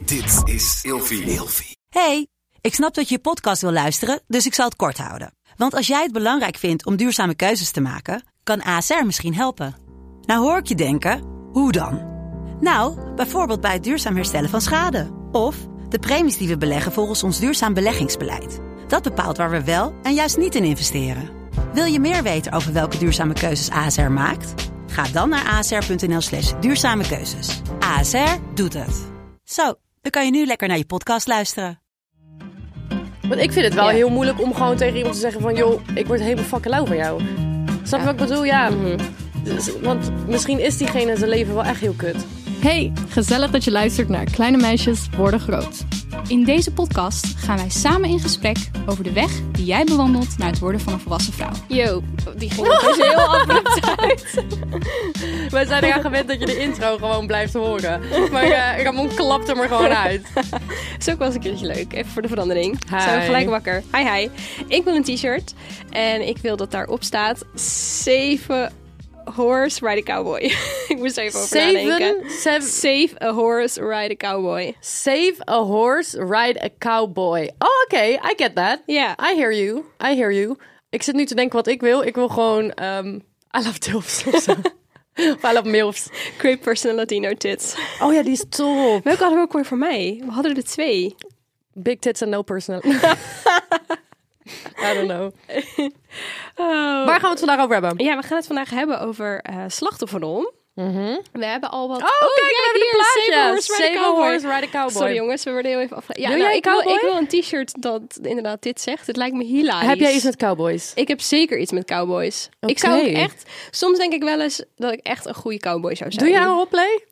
Dit is Ilfie. Hey, ik snap dat je je podcast wil luisteren, dus ik zal het kort houden. Want als jij het belangrijk vindt om duurzame keuzes te maken, kan ASR misschien helpen. Nou hoor ik je denken, hoe dan? Nou, bijvoorbeeld bij het duurzaam herstellen van schade. Of de premies die we beleggen volgens ons duurzaam beleggingsbeleid. Dat bepaalt waar we wel en juist niet in investeren. Wil je meer weten over welke duurzame keuzes ASR maakt? Ga dan naar asr.nl/duurzame keuzes. ASR doet het. Zo, dan kan je nu lekker naar je podcast luisteren. Want ik vind het wel heel moeilijk om gewoon tegen iemand te zeggen van... joh, ik word helemaal fucking lauw van jou. Snap je wat ik bedoel? Ja. Dus, want misschien is diegene zijn leven wel echt heel kut. Hey, gezellig dat je luistert naar Kleine Meisjes Worden Groot. In deze podcast gaan wij samen in gesprek over de weg die jij bewandelt naar het worden van een volwassen vrouw. Yo, die ging dus heel abrupt uit. Wij zijn eraan gewend dat je de intro gewoon blijft horen. Maar Ramon klapt hem er gewoon uit. Is ook wel eens een keertje leuk. Even voor de verandering. Hi. Zijn we gelijk wakker. Hi. Ik wil een t-shirt. En ik wil dat daarop staat... 7 horse ride a cowboy. Ik moest er even over nadenken. Save a horse ride a cowboy. Save a horse, ride a cowboy. Oh, oké. I get that. Ja. I hear you. Ik zit nu te denken wat ik wil. Ik wil gewoon... I love tilfs of zo. Of I love milfs. Great personality, no tits. Oh ja, die is top. Welke hadden we ook weer voor mij? We hadden er 2. Big tits and no personality. I don't know. Waar gaan we het vandaag over hebben? Ja, we gaan het vandaag hebben over slachtofferrol. Mm-hmm. We hebben al wat... Kijk, we hebben de plaatjes. Save a horse, ride a cowboy. Sorry jongens, we worden heel even afgeleid. Ja, Wil jij cowboy? ik wil een t-shirt dat inderdaad dit zegt. Het lijkt me hilarisch. Heb jij iets met cowboys? Ik heb zeker iets met cowboys. Okay. Ik zou ook echt... Soms denk ik wel eens dat ik echt een goede cowboy zou zijn. Doe jij een roleplay?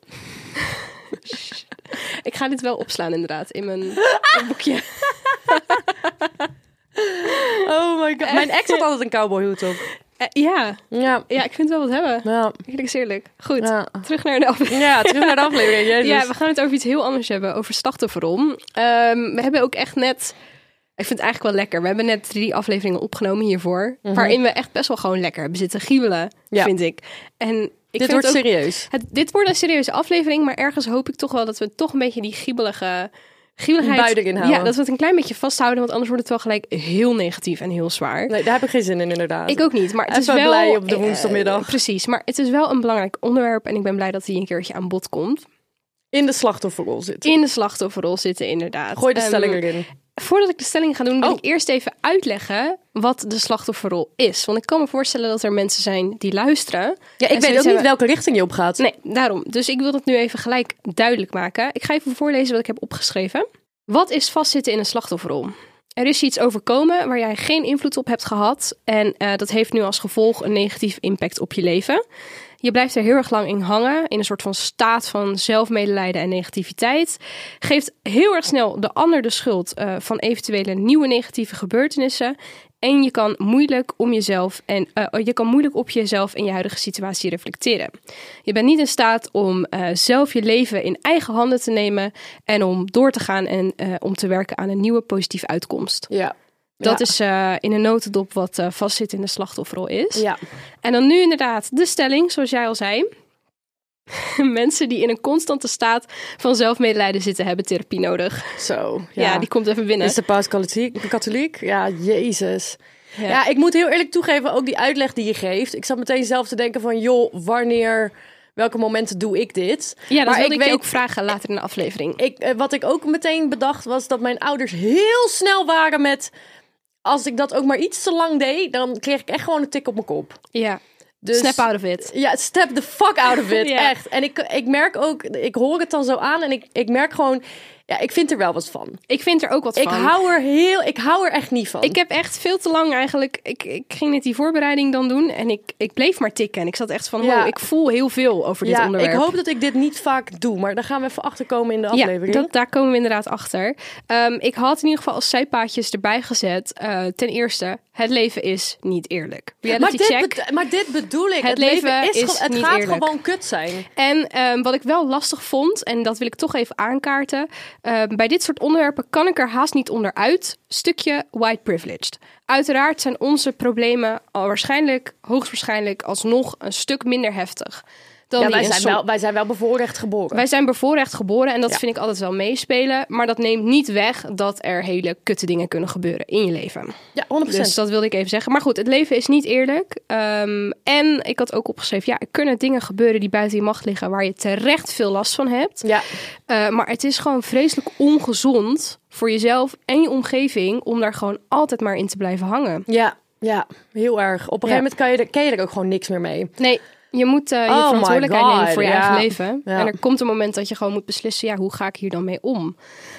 Ik ga dit wel opslaan inderdaad in mijn boekje. Oh my god. Mijn ex had altijd een cowboyhoed op. Ja, ik vind het wel wat hebben. Ja. Eerlijk is eerlijk. Goed, terug naar de aflevering. Ja, terug naar de aflevering. Jezus. Ja, we gaan het over iets heel anders hebben. Over slachtofferrol. We hebben ook echt net... Ik vind het eigenlijk wel lekker. We hebben net 3 afleveringen opgenomen hiervoor. Waarin we echt best wel gewoon lekker hebben zitten giebelen, vind ik. En dit wordt serieus. Dit wordt een serieuze aflevering. Maar ergens hoop ik toch wel dat we toch een beetje die giebeligheid erin houden. Ja, dat we het een klein beetje vasthouden. Want anders wordt het wel gelijk heel negatief en heel zwaar. Nee, daar heb ik geen zin in inderdaad. Ik ook niet. Maar het is wel blij op de woensdagmiddag. Precies. Maar het is wel een belangrijk onderwerp. En ik ben blij dat hij een keertje aan bod komt. In de slachtofferrol zitten. In de slachtofferrol zitten, inderdaad. Gooi de stelling erin. Voordat ik de stelling ga doen, wil ik eerst even uitleggen wat de slachtofferrol is. Want ik kan me voorstellen dat er mensen zijn die luisteren. Ja, ik weet ook niet welke richting je op gaat. Nee, daarom. Dus ik wil dat nu even gelijk duidelijk maken. Ik ga even voorlezen wat ik heb opgeschreven. Wat is vastzitten in een slachtofferrol? Er is iets overkomen waar jij geen invloed op hebt gehad. En dat heeft nu als gevolg een negatief impact op je leven. Je blijft er heel erg lang in hangen, in een soort van staat van zelfmedelijden en negativiteit. Geeft heel erg snel de ander de schuld van eventuele nieuwe negatieve gebeurtenissen. En je kan moeilijk op jezelf en je huidige situatie reflecteren. Je bent niet in staat om zelf je leven in eigen handen te nemen en om door te gaan en om te werken aan een nieuwe positieve uitkomst. Ja. Dat is in een notendop wat vastzit in de slachtofferrol is. Ja. En dan nu inderdaad de stelling, zoals jij al zei. Mensen die in een constante staat van zelfmedelijden zitten, hebben therapie nodig. Zo. Ja, die komt even binnen. Is de paus katholiek? Ja, jezus. Ja, ik moet heel eerlijk toegeven, ook die uitleg die je geeft. Ik zat meteen zelf te denken van, joh, welke momenten doe ik dit? Ja, dat wilde ik je ook vragen later in de aflevering. Wat ik ook meteen bedacht was dat mijn ouders heel snel waren met... Als ik dat ook maar iets te lang deed, dan kreeg ik echt gewoon een tik op mijn kop. Ja. Dus, snap out of it. Ja, step the fuck out of it. Ja. Echt. En ik merk ook, ik hoor het dan zo aan en ik merk gewoon... Ja, ik vind er wel wat van. Ik vind er ook wat van. Ik hou er echt niet van. Ik heb echt veel te lang eigenlijk... Ik ging net die voorbereiding dan doen en ik bleef maar tikken. En ik zat echt van, ik voel heel veel over dit onderwerp. Ik hoop dat ik dit niet vaak doe, maar daar gaan we even achter komen in de aflevering. Ja, daar komen we inderdaad achter. Ik had in ieder geval als zijpaadjes erbij gezet. Ten eerste, het leven is niet eerlijk. Maar dit bedoel ik. Het leven is het niet gaat eerlijk. gewoon kut zijn. En wat ik wel lastig vond, en dat wil ik toch even aankaarten... bij dit soort onderwerpen kan ik er haast niet onderuit. Stukje white privileged. Uiteraard zijn onze problemen hoogstwaarschijnlijk alsnog een stuk minder heftig dan die wij zijn wel bevoorrecht geboren. Wij zijn bevoorrecht geboren en dat vind ik altijd wel meespelen. Maar dat neemt niet weg dat er hele kutte dingen kunnen gebeuren in je leven. Ja, 100%. Dus dat wilde ik even zeggen. Maar goed, het leven is niet eerlijk. En ik had ook opgeschreven, er kunnen dingen gebeuren die buiten je macht liggen, waar je terecht veel last van hebt. Ja. Maar het is gewoon vreselijk ongezond voor jezelf en je omgeving om daar gewoon altijd maar in te blijven hangen. Ja, heel erg. Op een gegeven moment kan je er ook gewoon niks meer mee. Nee, je moet je verantwoordelijkheid nemen voor je eigen leven. Ja. En er komt een moment dat je gewoon moet beslissen, hoe ga ik hier dan mee om?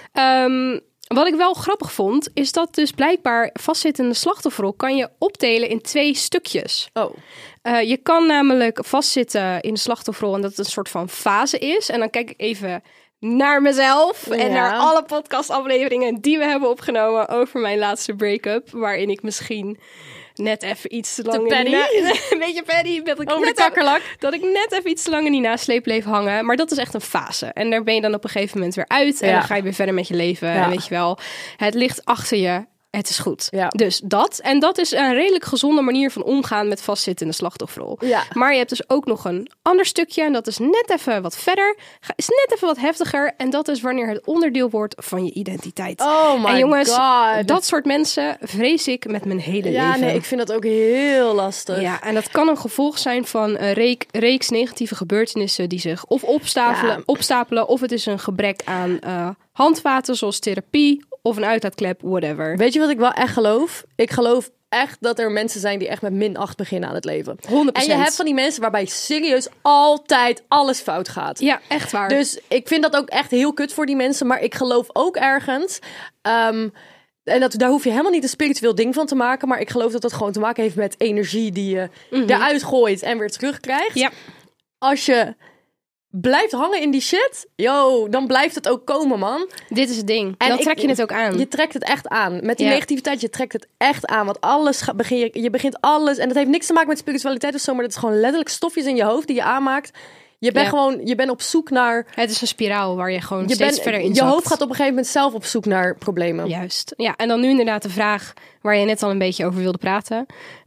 Wat ik wel grappig vond, is dat dus blijkbaar vastzittende slachtofferrol kan je opdelen in 2 stukjes. Oh. Je kan namelijk vastzitten in de slachtofferrol en dat het een soort van fase is. En dan kijk ik even naar mezelf en naar alle podcastafleveringen die we hebben opgenomen over mijn laatste break-up, waarin ik misschien net even iets te lang een beetje Paddy, dat ik net even iets te lang in die nasleep bleef hangen. Maar dat is echt een fase. En daar ben je dan op een gegeven moment weer uit. En dan ga je weer verder met je leven. Ja. En weet je wel, het ligt achter je. Het is goed. Ja. Dus dat. En dat is een redelijk gezonde manier van omgaan met vastzittende slachtofferrol. Ja. Maar je hebt dus ook nog een ander stukje. En dat is net even wat verder. Is net even wat heftiger. En dat is wanneer het onderdeel wordt van je identiteit. Oh my en jongens, God. Dat soort mensen vrees ik met mijn hele leven. Ja, nee, ik vind dat ook heel lastig. Ja, en dat kan een gevolg zijn van een reeks negatieve gebeurtenissen die zich of opstapelen. Of het is een gebrek aan handvaten zoals therapie. Of een uitlaatklep, whatever. Weet je wat ik wel echt geloof? Ik geloof echt dat er mensen zijn die echt met -8 beginnen aan het leven. 100%. En je hebt van die mensen waarbij serieus altijd alles fout gaat. Ja, echt waar. Dus ik vind dat ook echt heel kut voor die mensen. Maar ik geloof ook ergens... en daar hoef je helemaal niet een spiritueel ding van te maken. Maar ik geloof dat dat gewoon te maken heeft met energie die je eruit gooit en weer terugkrijgt. Ja. Als je blijft hangen in die shit, dan blijft het ook komen, man. Dit is het ding. En dan trek je het ook aan. Je trekt het echt aan. Met die negativiteit, je trekt het echt aan. Want alles je begint alles. En dat heeft niks te maken met spiritualiteit of zo, maar dat is gewoon letterlijk stofjes in je hoofd die je aanmaakt. Je bent op zoek naar... Het is een spiraal waar je gewoon steeds verder in zakt. Je hoofd gaat op een gegeven moment zelf op zoek naar problemen. Juist. Ja, en dan nu inderdaad de vraag waar je net al een beetje over wilde praten.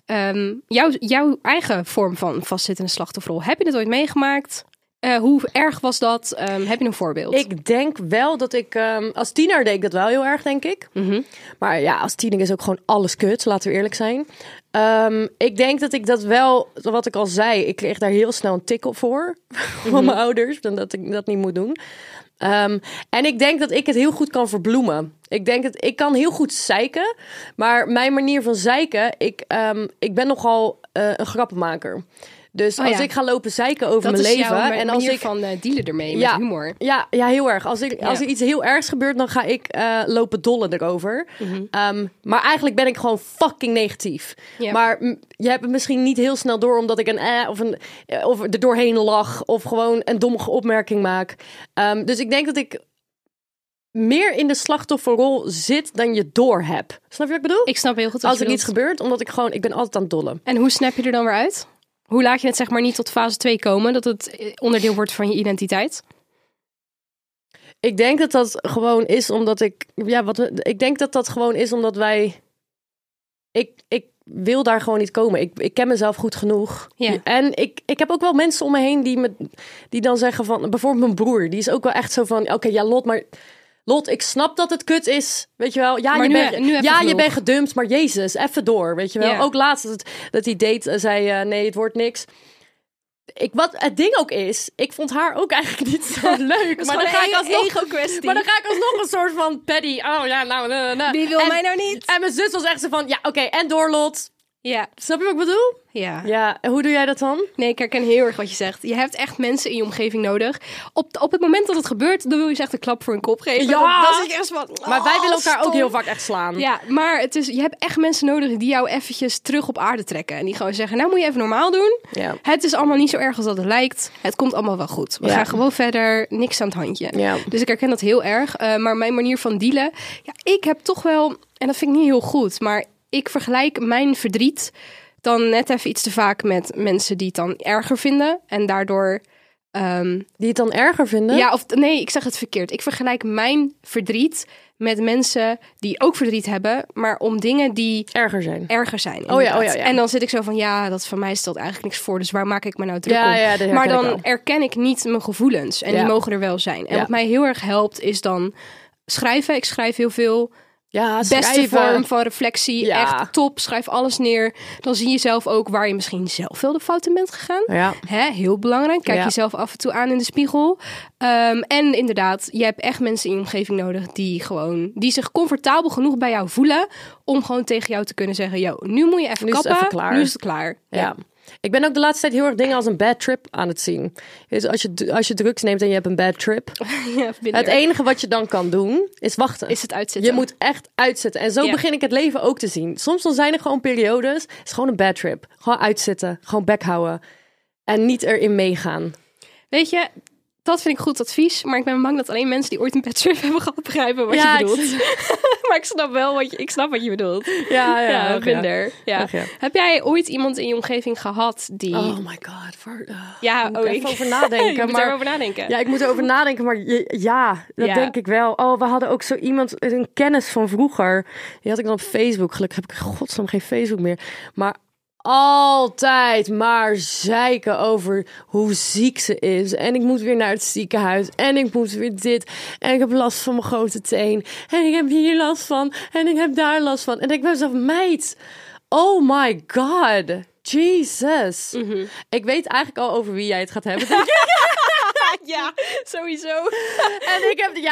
Jouw eigen vorm van vastzittende slachtofferrol. Heb je dit ooit meegemaakt? Hoe erg was dat? Heb je een voorbeeld? Ik denk wel dat ik... als tiener deed ik dat wel heel erg, denk ik. Mm-hmm. Maar ja, als tiener is ook gewoon alles kut. Laten we eerlijk zijn. Ik denk dat ik dat wel... Wat ik al zei, ik kreeg daar heel snel een tik op voor. Van mijn ouders. Dan dat ik dat niet moet doen. En ik denk dat ik het heel goed kan verbloemen. Ik kan heel goed zeiken. Maar mijn manier van zeiken... Ik ben nogal een grappenmaker. Dus als ik ga lopen zeiken over mijn leven... Dat is jouw manier van dealen ermee, met humor. Ja, heel erg. Als er iets heel ergs gebeurt, dan ga ik lopen dollen erover. Mm-hmm. Maar eigenlijk ben ik gewoon fucking negatief. Ja. Maar je hebt het misschien niet heel snel door... omdat ik of er doorheen lach... of gewoon een domme opmerking maak. Dus ik denk dat ik meer in de slachtofferrol zit dan je door hebt. Snap je wat ik bedoel? Ik snap heel goed wat als er iets gebeurt, omdat ik ben altijd aan het dollen. En hoe snap je er dan weer uit? Hoe laat je het zeg maar niet tot fase 2 komen? Dat het onderdeel wordt van je identiteit? Ik denk dat dat gewoon is omdat ik denk dat dat gewoon is omdat wij... Ik wil daar gewoon niet komen. Ik ken mezelf goed genoeg. Ja. En ik heb ook wel mensen om me heen die dan zeggen van... Bijvoorbeeld mijn broer. Die is ook wel echt zo van... Oké, Lot, ik snap dat het kut is, weet je wel. Ja, je bent gedumpt, maar Jezus, even door, weet je wel. Ja. Ook laatst dat hij date zei, nee, het wordt niks. Wat het ding ook is, ik vond haar ook eigenlijk niet zo leuk. Maar dan ga ik alsnog Maar dan ga ik alsnog een soort van Paddy. Oh ja, nou. Wie wil mij nou niet? En mijn zus was echt zo van, ja, oké, en door, Lot. Ja. Snap je wat ik bedoel? Ja. En hoe doe jij dat dan? Nee, ik herken heel erg wat je zegt. Je hebt echt mensen in je omgeving nodig. Op het moment dat het gebeurt, dan wil je ze echt een klap voor hun kop geven. Ja! Dat is echt van, maar wij willen elkaar ook heel vaak echt slaan. Ja, maar je hebt echt mensen nodig die jou eventjes terug op aarde trekken. En die gewoon zeggen, nou moet je even normaal doen. Ja. Het is allemaal niet zo erg als dat het lijkt. Het komt allemaal wel goed. We gaan gewoon verder. Niks aan het handje. Ja. Dus ik herken dat heel erg. Maar mijn manier van dealen... Ja, ik heb toch wel... En dat vind ik niet heel goed. Maar ik vergelijk mijn verdriet... dan net even iets te vaak met mensen die het dan erger vinden. En daardoor Die het dan erger vinden? Ja, of nee, ik zeg het verkeerd. Ik vergelijk mijn verdriet met mensen die ook verdriet hebben, maar om dingen die erger zijn. Oh ja. En dan zit ik zo van, dat van mij stelt eigenlijk niks voor, dus waar maak ik me nou druk om? Maar dan erken ik niet mijn gevoelens en die mogen er wel zijn. En wat mij heel erg helpt is dan schrijven. Ik schrijf heel veel. Ja, beste vorm van reflectie. Ja. Echt top. Schrijf alles neer. Dan zie je zelf ook waar je misschien zelf wel de fout in bent gegaan. Ja. Heel belangrijk. Kijk jezelf af en toe aan in de spiegel. En inderdaad, je hebt echt mensen in je omgeving nodig die zich comfortabel genoeg bij jou voelen om gewoon tegen jou te kunnen zeggen, nu moet je even kappen. Nu is het klaar. Ja. Ik ben ook de laatste tijd heel erg dingen als een bad trip aan het zien. Dus als je drugs neemt en je hebt een bad trip. Het enige wat je dan kan doen is wachten. Is het uitzetten. Je moet echt uitzetten. En zo begin ik het leven ook te zien. Soms dan zijn er gewoon periodes. Het is gewoon een bad trip. Gewoon uitzitten. Gewoon bek houden. En niet erin meegaan. Weet je, dat vind ik goed advies. Maar ik ben bang dat alleen mensen die ooit een bad trip hebben gehad begrijpen wat je bedoelt. Maar ik snap wel wat je bedoelt. Ja. Heb jij ooit iemand in je omgeving gehad die... Oh my god. Ik over nadenken. Je moet erover nadenken. Ja, ik moet erover nadenken. Maar dat denk ik wel. Oh, we hadden ook zo iemand, een kennis van vroeger. Die had ik dan op Facebook. Gelukkig heb ik in godsnaam geen Facebook meer. Maar altijd maar zeiken over hoe ziek ze is. En ik moet weer naar het ziekenhuis. En ik moet weer dit. En ik heb last van mijn grote teen. En ik heb hier last van. En ik heb daar last van. En ik denk bij mezelf, meid. Oh my god. Jesus. Mm-hmm. Ik weet eigenlijk al over wie jij het gaat hebben. Ja, sowieso. En ik heb...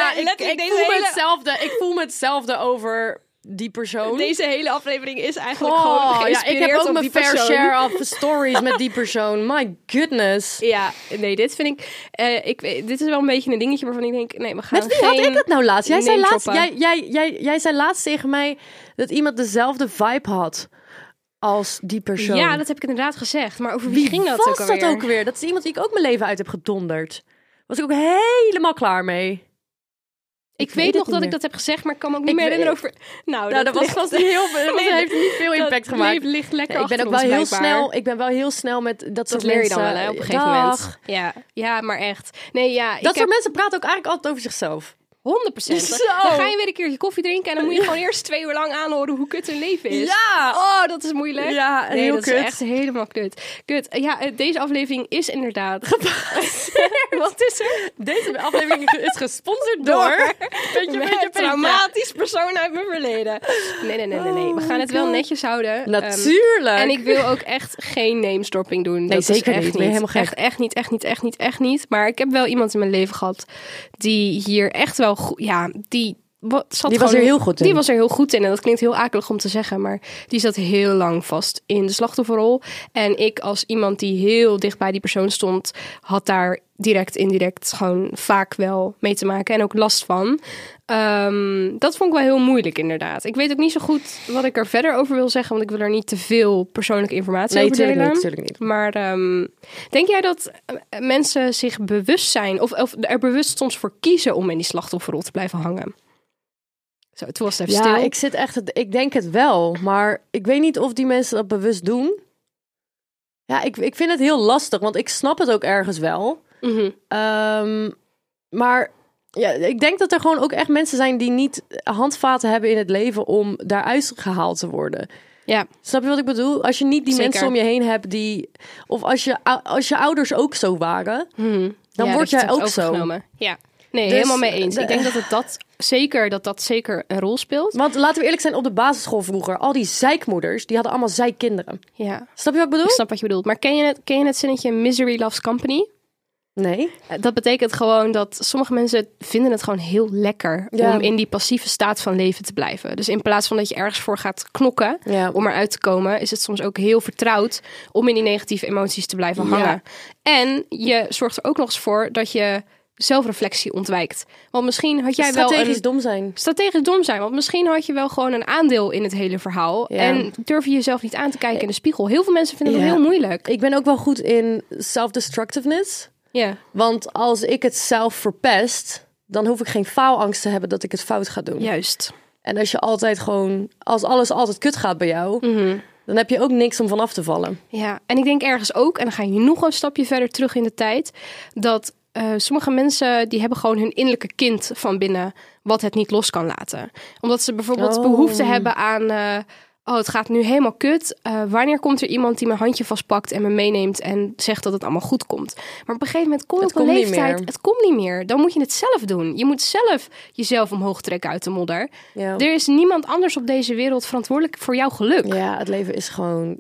ik voel me hetzelfde over... die persoon. Deze hele aflevering is eigenlijk gewoon geïnspireerd ik heb ook op mijn die fair persoon. share of stories met die persoon. My goodness. Ja, nee, dit vind ik... dit is wel een beetje een dingetje waarvan ik denk... Nee, we gaan met wie had ik het nou laatst? Jij zei laatst tegen mij dat iemand dezelfde vibe had als die persoon. Ja, dat heb ik inderdaad gezegd. Maar over wie ging dat ook alweer? Was dat ook weer? Dat is iemand die ik ook mijn leven uit heb gedonderd. Was ik ook helemaal klaar mee. Ik weet nog dat ik dat heb gezegd, maar ik kan me ook niet meer herinneren over... Nou, dat was vast niet heel veel. Dat heeft niet veel impact gemaakt. Het ligt lekker ik ben ook wel heel snel. Ik ben wel heel snel met dat soort leer je mensen. dan wel, hè, op een gegeven moment. Ja, maar echt. Nee, dat soort mensen praten ook eigenlijk altijd over zichzelf. 100%. Dan ga je weer een keertje koffie drinken en dan moet je gewoon eerst 2 uur lang aanhoren hoe kut hun leven is. Ja! Oh, dat is moeilijk. Ja, nee, heel dat kut. is echt helemaal kut. Ja, deze aflevering is inderdaad... Wat is er? Deze aflevering is gesponsord door... Een traumatisch persoon uit mijn verleden. Nee. We gaan het wel netjes houden. Natuurlijk. En ik wil ook echt geen namesdropping doen. Nee, dat zeker echt niet. Ben je helemaal gek. Echt niet. Maar ik heb wel iemand in mijn leven gehad die hier echt wel goed... Ja, die was er heel goed in. Die was er heel goed in. En dat klinkt heel akelig om te zeggen, maar die zat heel lang vast in de slachtofferrol. En ik als iemand die heel dicht bij die persoon stond, had daar direct, indirect gewoon vaak wel mee te maken en ook last van. Dat vond ik wel heel moeilijk inderdaad. Ik weet ook niet zo goed wat ik er verder over wil zeggen, want ik wil er niet te veel persoonlijke informatie over delen. Nee, natuurlijk niet. Maar denk jij dat mensen zich bewust zijn of er bewust soms voor kiezen om in die slachtofferrol te blijven hangen? Zo, het was even stil. Ik denk het wel, maar ik weet niet of die mensen dat bewust doen. Ja, ik vind het heel lastig, want ik snap het ook ergens wel. Mm-hmm. Maar ja, ik denk dat er gewoon ook echt mensen zijn die niet handvaten hebben in het leven om daaruit gehaald te worden. Ja. Snap je wat ik bedoel? Als je niet die mensen om je heen hebt die... Of als je ouders ook zo waren, dan word jij ook zo. Ja. Nee, dus, helemaal mee eens. Ik denk dat zeker een rol speelt. Want laten we eerlijk zijn, op de basisschool vroeger, al die zeikmoeders, die hadden allemaal zeikkinderen. Ja. Snap je wat ik bedoel? Ik snap wat je bedoelt. Maar ken je het zinnetje Misery Loves Company? Nee. Dat betekent gewoon dat sommige mensen vinden het gewoon heel lekker om in die passieve staat van leven te blijven. Dus in plaats van dat je ergens voor gaat knokken om eruit te komen, is het soms ook heel vertrouwd om in die negatieve emoties te blijven hangen. En je zorgt er ook nog eens voor dat je zelfreflectie ontwijkt. Want misschien had jij strategisch dom zijn. Want misschien had je wel gewoon een aandeel in het hele verhaal. Ja. En durf je jezelf niet aan te kijken in de spiegel. Heel veel mensen vinden dat heel moeilijk. Ik ben ook wel goed in self-destructiveness. Ja. Want als ik het zelf verpest, dan hoef ik geen faalangst te hebben dat ik het fout ga doen. Juist. En als je altijd gewoon, als alles altijd kut gaat bij jou, Dan heb je ook niks om vanaf te vallen. Ja, en ik denk ergens ook, en dan ga je nog een stapje verder terug in de tijd, dat sommige mensen die hebben gewoon hun innerlijke kind van binnen wat het niet los kan laten. Omdat ze bijvoorbeeld behoefte hebben aan het gaat nu helemaal kut. Wanneer komt er iemand die mijn handje vastpakt en me meeneemt en zegt dat het allemaal goed komt? Maar op een gegeven moment komt een leeftijd, het komt niet meer. Dan moet je het zelf doen. Je moet zelf jezelf omhoog trekken uit de modder. Ja. Er is niemand anders op deze wereld verantwoordelijk voor jouw geluk. Ja, het leven is gewoon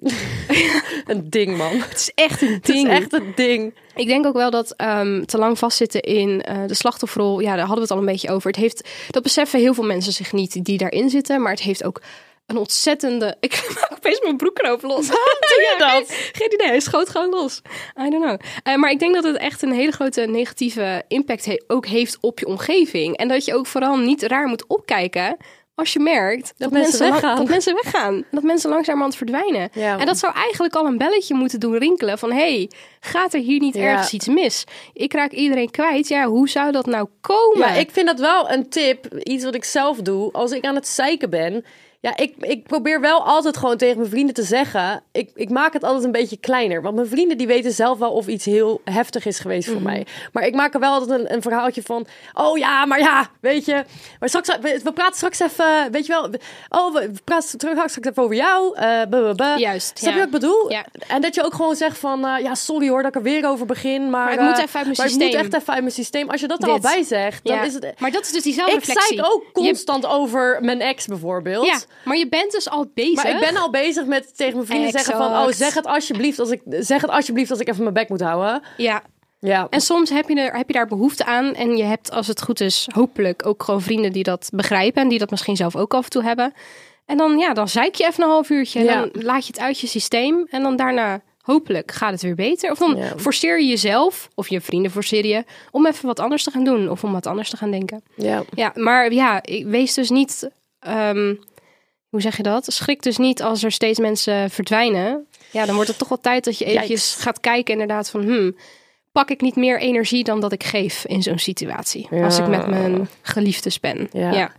een ding, man. Het is echt een ding. Het is echt een ding. Ik denk ook wel dat te lang vastzitten in de slachtofferrol, ja, daar hadden we het al een beetje over. Dat beseffen heel veel mensen zich niet die daarin zitten, maar het heeft ook een ontzettende... Ik maak opeens mijn broek erover los. Hoe doe je dat? Geen idee, hij schoot gewoon los. I don't know. Maar ik denk dat het echt een hele grote negatieve impact ook heeft op je omgeving. En dat je ook vooral niet raar moet opkijken als je merkt dat mensen weggaan. Dat mensen langzamerhand verdwijnen. Ja. En dat zou eigenlijk al een belletje moeten doen rinkelen van hey, gaat er hier niet ergens iets mis? Ik raak iedereen kwijt. Ja, hoe zou dat nou komen? Ja, ik vind dat wel een tip. Iets wat ik zelf doe. Als ik aan het zeiken ben... Ja, ik probeer wel altijd gewoon tegen mijn vrienden te zeggen... Ik maak het altijd een beetje kleiner. Want mijn vrienden die weten zelf wel of iets heel heftig is geweest voor mij. Maar ik maak er wel altijd een verhaaltje van... Oh ja, maar ja, weet je... Maar straks, we praten straks even, weet je wel... Oh, we praten straks even over jou. Juist, snap je wat ik bedoel? Ja. En dat je ook gewoon zegt van... ja, sorry hoor dat ik er weer over begin. Maar het moet even uit mijn systeem. Het moet echt even uit mijn systeem. Als je dat er al bij zegt, dan is het... Maar dat is dus die zelfreflectie. Ik zeik ook constant over mijn ex bijvoorbeeld. Ja. Maar je bent dus al bezig. Maar ik ben al bezig met tegen mijn vrienden zeggen van... Oh, zeg het alsjeblieft als ik even mijn bek moet houden. Ja. En soms heb je daar behoefte aan. En je hebt, als het goed is, hopelijk ook gewoon vrienden die dat begrijpen. En die dat misschien zelf ook af en toe hebben. En dan zeik je even een half uurtje. En dan laat je het uit je systeem. En dan daarna... Hopelijk gaat het weer beter. Of dan forceer je jezelf, of je vrienden forceer je... om even wat anders te gaan doen. Of om wat anders te gaan denken. Ja, maar ja, wees dus niet... hoe zeg je dat? Schrik dus niet als er steeds mensen verdwijnen. Ja, dan wordt het toch wel tijd dat je eventjes gaat kijken inderdaad van... pak ik niet meer energie dan dat ik geef in zo'n situatie? Ja. Als ik met mijn geliefdes ben. Ja.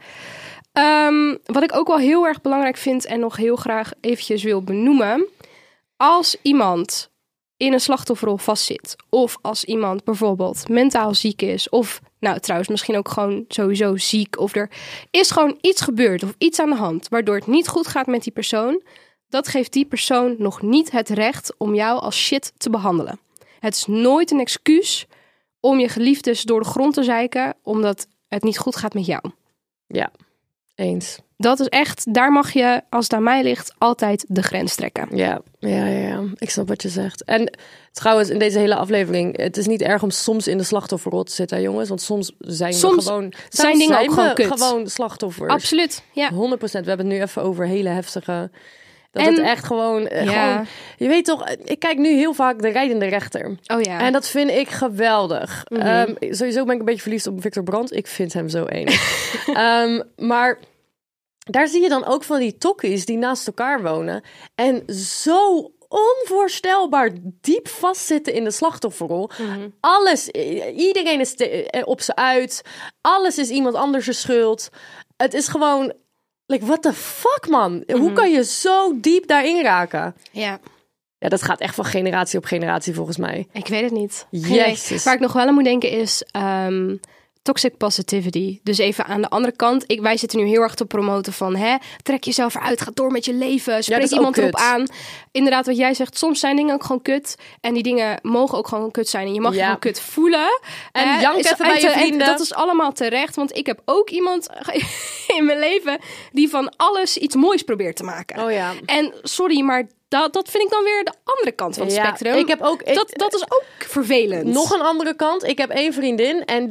Wat ik ook wel heel erg belangrijk vind... en nog heel graag eventjes wil benoemen... Als iemand in een slachtofferrol vastzit... of als iemand bijvoorbeeld mentaal ziek is... of nou trouwens misschien ook gewoon sowieso ziek... of er is gewoon iets gebeurd of iets aan de hand... waardoor het niet goed gaat met die persoon... dat geeft die persoon nog niet het recht om jou als shit te behandelen. Het is nooit een excuus om je geliefdes door de grond te zeiken... omdat het niet goed gaat met jou. Ja, eens. Dat is echt, daar mag je, als het aan mij ligt, altijd de grens trekken. Ja. Ik snap wat je zegt. En trouwens, in deze hele aflevering, het is niet erg om soms in de slachtofferrol te zitten, jongens. Want soms zijn dingen ook gewoon kut. Gewoon slachtoffers. Absoluut, ja. 100%. We hebben het nu even over hele heftige... Het echt gewoon... Je weet toch, ik kijk nu heel vaak De Rijdende Rechter. Oh ja. En dat vind ik geweldig. Sowieso ben ik een beetje verliefd op Victor Brandt. Ik vind hem zo enig. Maar... Daar zie je dan ook van die tokkies die naast elkaar wonen. En zo onvoorstelbaar diep vastzitten in de slachtofferrol. Alles, iedereen is op ze uit. Alles is iemand anders' schuld. Het is gewoon... Like, what the fuck, man? Hoe kan je zo diep daarin raken? Ja. Ja, dat gaat echt van generatie op generatie volgens mij. Ik weet het niet. Jezus. Waar ik nog wel aan moet denken is... toxic positivity. Dus even aan de andere kant. Wij zitten nu heel erg te promoten van... trek jezelf eruit, ga door met je leven. Spreek iemand erop aan. Inderdaad, wat jij zegt. Soms zijn dingen ook gewoon kut. En die dingen mogen ook gewoon kut zijn. En je mag je gewoon kut voelen. En jank even bij je vrienden. Dat is allemaal terecht. Want ik heb ook iemand in mijn leven... die van alles iets moois probeert te maken. Oh ja. En sorry, maar... Dat vind ik dan weer de andere kant van het spectrum. Ik heb ook, dat is ook vervelend. Nog een andere kant. Ik heb één vriendin en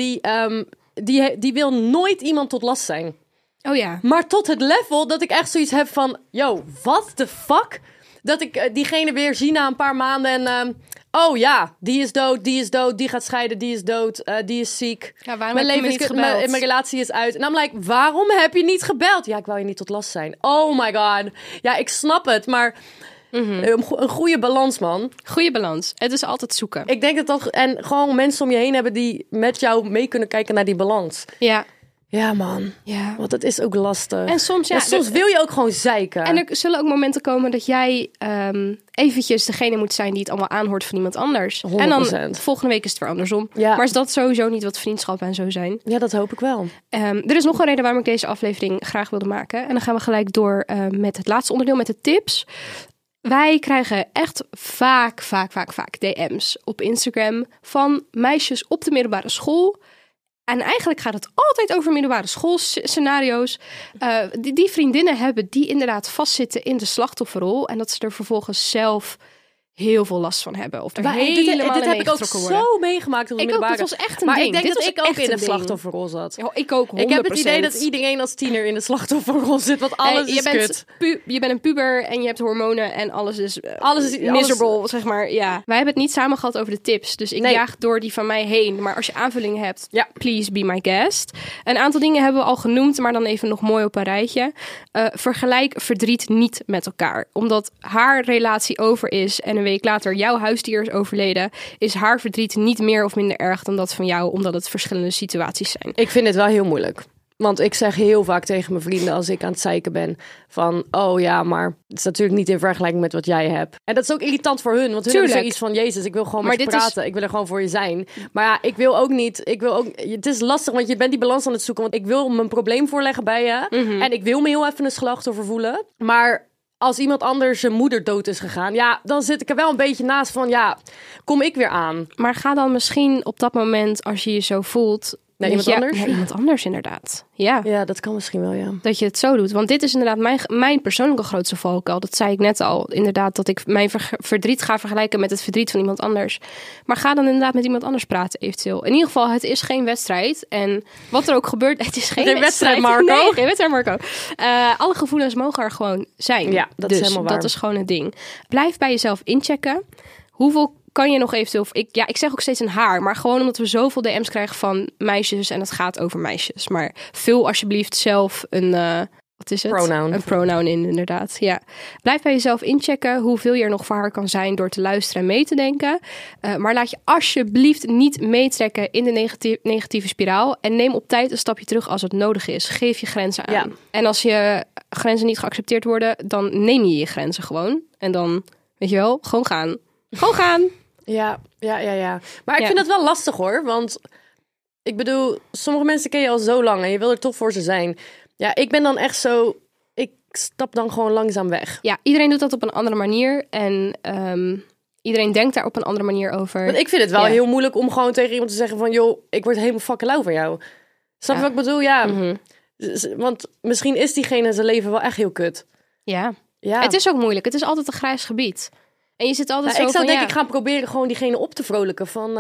die wil nooit iemand tot last zijn. Oh ja. Maar tot het level dat ik echt zoiets heb van... Yo, what the fuck? Dat ik diegene weer zie na een paar maanden en... oh ja, die is dood, die gaat scheiden, die is dood, die is ziek. Ja, waarom heb je me niet gebeld? Mijn relatie is uit. En dan like, waarom heb je niet gebeld? Ja, ik wou je niet tot last zijn. Oh my god. Ja, ik snap het, maar... Een goede balans, man. Goede balans. Het is altijd zoeken. Ik denk dat toch... En gewoon mensen om je heen hebben die met jou mee kunnen kijken naar die balans. Ja. Ja, man. Ja. Want het is ook lastig. En soms, soms wil je ook gewoon zeiken. En er zullen ook momenten komen dat jij eventjes degene moet zijn die het allemaal aanhoort van iemand anders. 100%. En dan volgende week is het weer andersom. Ja. Maar is dat sowieso niet wat vriendschap en zo zijn? Ja, dat hoop ik wel. Er is nog een reden waarom ik deze aflevering graag wilde maken. En dan gaan we gelijk door met het laatste onderdeel, met de tips. Wij krijgen echt vaak DM's op Instagram van meisjes op de middelbare school. En eigenlijk gaat het altijd over middelbare schoolscenario's. Die vriendinnen hebben die inderdaad vastzitten in de slachtofferrol. En dat ze er vervolgens zelf heel veel last van hebben. Of er helemaal dit in heb ik ook meegetrokken worden. zo meegemaakt op de middelbare. Dat was echt een maar ding. ik denk Dit dat was ik ook echt in de een ding. slachtofferrol zat. Ja, ik ook 100%. Ik heb het idee dat iedereen als tiener in de slachtofferrol zit. Want alles is kut. Je bent een puber en je hebt hormonen en alles is miserable, zeg maar. Ja. Wij hebben het niet samen gehad over de tips. Dus ik jaag door die van mij heen. Maar als je aanvullingen hebt, please be my guest. Een aantal dingen hebben we al genoemd, maar dan even nog mooi op een rijtje. Vergelijk verdriet niet met elkaar. Omdat haar relatie over is en een week later jouw huisdier is overleden, is haar verdriet niet meer of minder erg dan dat van jou, omdat het verschillende situaties zijn. Ik vind het wel heel moeilijk. Want ik zeg heel vaak tegen mijn vrienden als ik aan het zeiken ben van, oh ja, maar het is natuurlijk niet in vergelijking met wat jij hebt. En dat is ook irritant voor hun, want hun hebben zoiets van, Jezus, ik wil gewoon met je praten. Ik wil er gewoon voor je zijn. Maar ja, ik wil ook niet, het is lastig, want je bent die balans aan het zoeken. Want ik wil mijn probleem voorleggen bij je. Mm-hmm. En ik wil me heel even een slachtoffer voelen. Maar als iemand anders zijn moeder dood is gegaan, ja, dan zit ik er wel een beetje naast van, ja, kom ik weer aan. Maar ga dan misschien op dat moment, als je je zo voelt, naar iemand anders? Naar iemand anders, inderdaad. Ja, dat kan misschien wel, ja. Dat je het zo doet. Want dit is inderdaad mijn persoonlijke grootste valkuil. Dat zei ik net al. Inderdaad, dat ik mijn verdriet ga vergelijken met het verdriet van iemand anders. Maar ga dan inderdaad met iemand anders praten, eventueel. In ieder geval, het is geen wedstrijd. En wat er ook gebeurt, het is geen wedstrijd, Marco. Nee, geen wedstrijd, Marco. Alle gevoelens mogen er gewoon zijn. Ja, dat is helemaal waar. Dat is gewoon het ding. Blijf bij jezelf inchecken. Hoeveel kan je nog eventueel... Ik zeg ook steeds een haar. Maar gewoon omdat we zoveel DM's krijgen van meisjes. En het gaat over meisjes. Maar vul alsjeblieft zelf een... wat is het? Pronoun. Een pronoun in, inderdaad. Ja. Blijf bij jezelf inchecken hoeveel je er nog voor haar kan zijn door te luisteren en mee te denken. Maar laat je alsjeblieft niet meetrekken in de negatieve spiraal. En neem op tijd een stapje terug als het nodig is. Geef je grenzen aan. Ja. En als je grenzen niet geaccepteerd worden, dan neem je je grenzen gewoon. En dan, weet je wel, gewoon gaan. Gewoon gaan. Ja. Maar ik vind dat wel lastig hoor. Want ik bedoel, sommige mensen ken je al zo lang en je wil er toch voor ze zijn. Ja, ik ben dan echt zo... Ik stap dan gewoon langzaam weg. Ja, iedereen doet dat op een andere manier. En iedereen denkt daar op een andere manier over. Want ik vind het wel heel moeilijk om gewoon tegen iemand te zeggen van, joh, ik word helemaal fucking lauw van jou. Snap je wat ik bedoel? Ja. Mm-hmm. Want misschien is diegene zijn leven wel echt heel kut. Ja. Het is ook moeilijk. Het is altijd een grijs gebied. En je zit altijd zo ik zou van, denk ik gaan proberen gewoon diegene op te vrolijken. Van,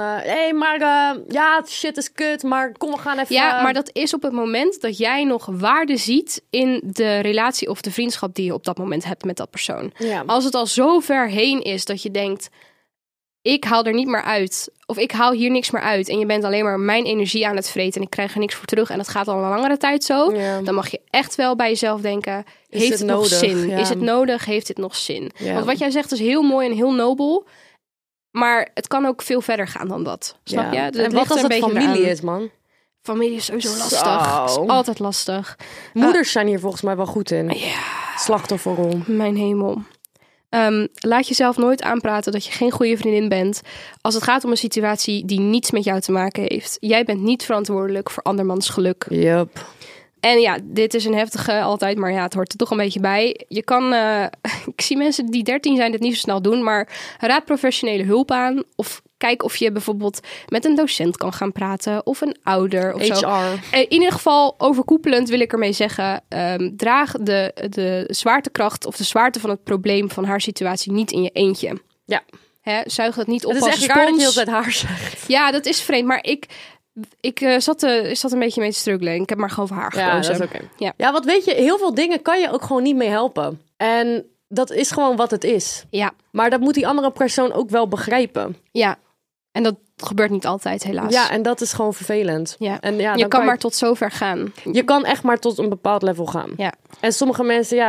shit is kut, maar kom, we gaan even... Ja, maar dat is op het moment dat jij nog waarde ziet in de relatie of de vriendschap die je op dat moment hebt met dat persoon. Ja. Als het al zo ver heen is dat je denkt, ik haal er niet meer uit. Of ik haal hier niks meer uit. En je bent alleen maar mijn energie aan het vreten. En ik krijg er niks voor terug. En dat gaat al een langere tijd zo. Ja. Dan mag je echt wel bij jezelf denken, heeft het nog zin? Ja. Is het nodig? Heeft dit nog zin? Ja. Want wat jij zegt is heel mooi en heel nobel. Maar het kan ook veel verder gaan dan dat. Snap je? Dus en wat als het familie is, man? Familie is sowieso lastig. Is altijd lastig. Moeders zijn hier volgens mij wel goed in. Slachtofferrol. Mijn hemel. Laat jezelf nooit aanpraten dat je geen goede vriendin bent. Als het gaat om een situatie die niets met jou te maken heeft. Jij bent niet verantwoordelijk voor andermans geluk. Yep. En ja, dit is een heftige altijd, maar ja, het hoort er toch een beetje bij. Je kan, ik zie mensen die 13 zijn dit niet zo snel doen, maar raad professionele hulp aan. Of kijk of je bijvoorbeeld met een docent kan gaan praten of een ouder of HR. Zo. In ieder geval overkoepelend wil ik ermee zeggen, draag de zwaartekracht of de zwaarte van het probleem van haar situatie niet in je eentje. Ja. Zuig dat niet op als spons. Het is echt raar dat je altijd haar zegt. Ja, dat is vreemd, maar ik zat een beetje mee te struggelen. Ik heb maar gewoon voor haar gekozen. Ja, dat is oké. Ja, wat weet je, heel veel dingen kan je ook gewoon niet mee helpen. En dat is gewoon wat het is. Ja. Maar dat moet die andere persoon ook wel begrijpen. Ja. En dat gebeurt niet altijd, helaas. Ja, en dat is gewoon vervelend. Ja. En je kan maar tot zover gaan. Je kan echt maar tot een bepaald level gaan. Ja. En sommige mensen,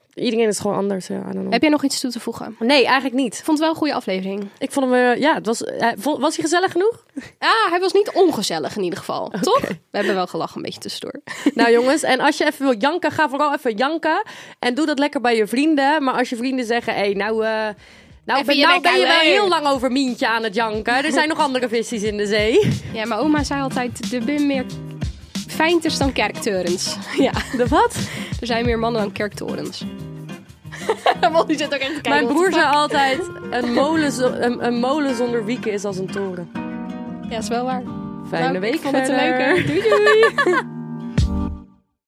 Iedereen is gewoon anders. Ja, I don't know. Heb jij nog iets toe te voegen? Nee, eigenlijk niet. Ik vond het wel een goede aflevering. Ik vond hem... was hij gezellig genoeg? Hij was niet ongezellig in ieder geval. Okay. Toch? We hebben wel gelachen een beetje tussendoor. Nou jongens, en als je even wil janken, ga vooral even janken. En doe dat lekker bij je vrienden. Maar als je vrienden zeggen, hey, nou ben je wel heel lang over Mientje aan het janken. Er zijn nog andere visjes in de zee. Ja, maar oma zei altijd, er zijn meer fijnters dan kerktorens. Ja. De wat? Er zijn meer mannen dan kerktorens. Die zit ook echt te kijken. Mijn broer zei altijd, een molen zonder wieken is als een toren. Ja, is wel waar. Fijne week vond het een leuke. Doei doei.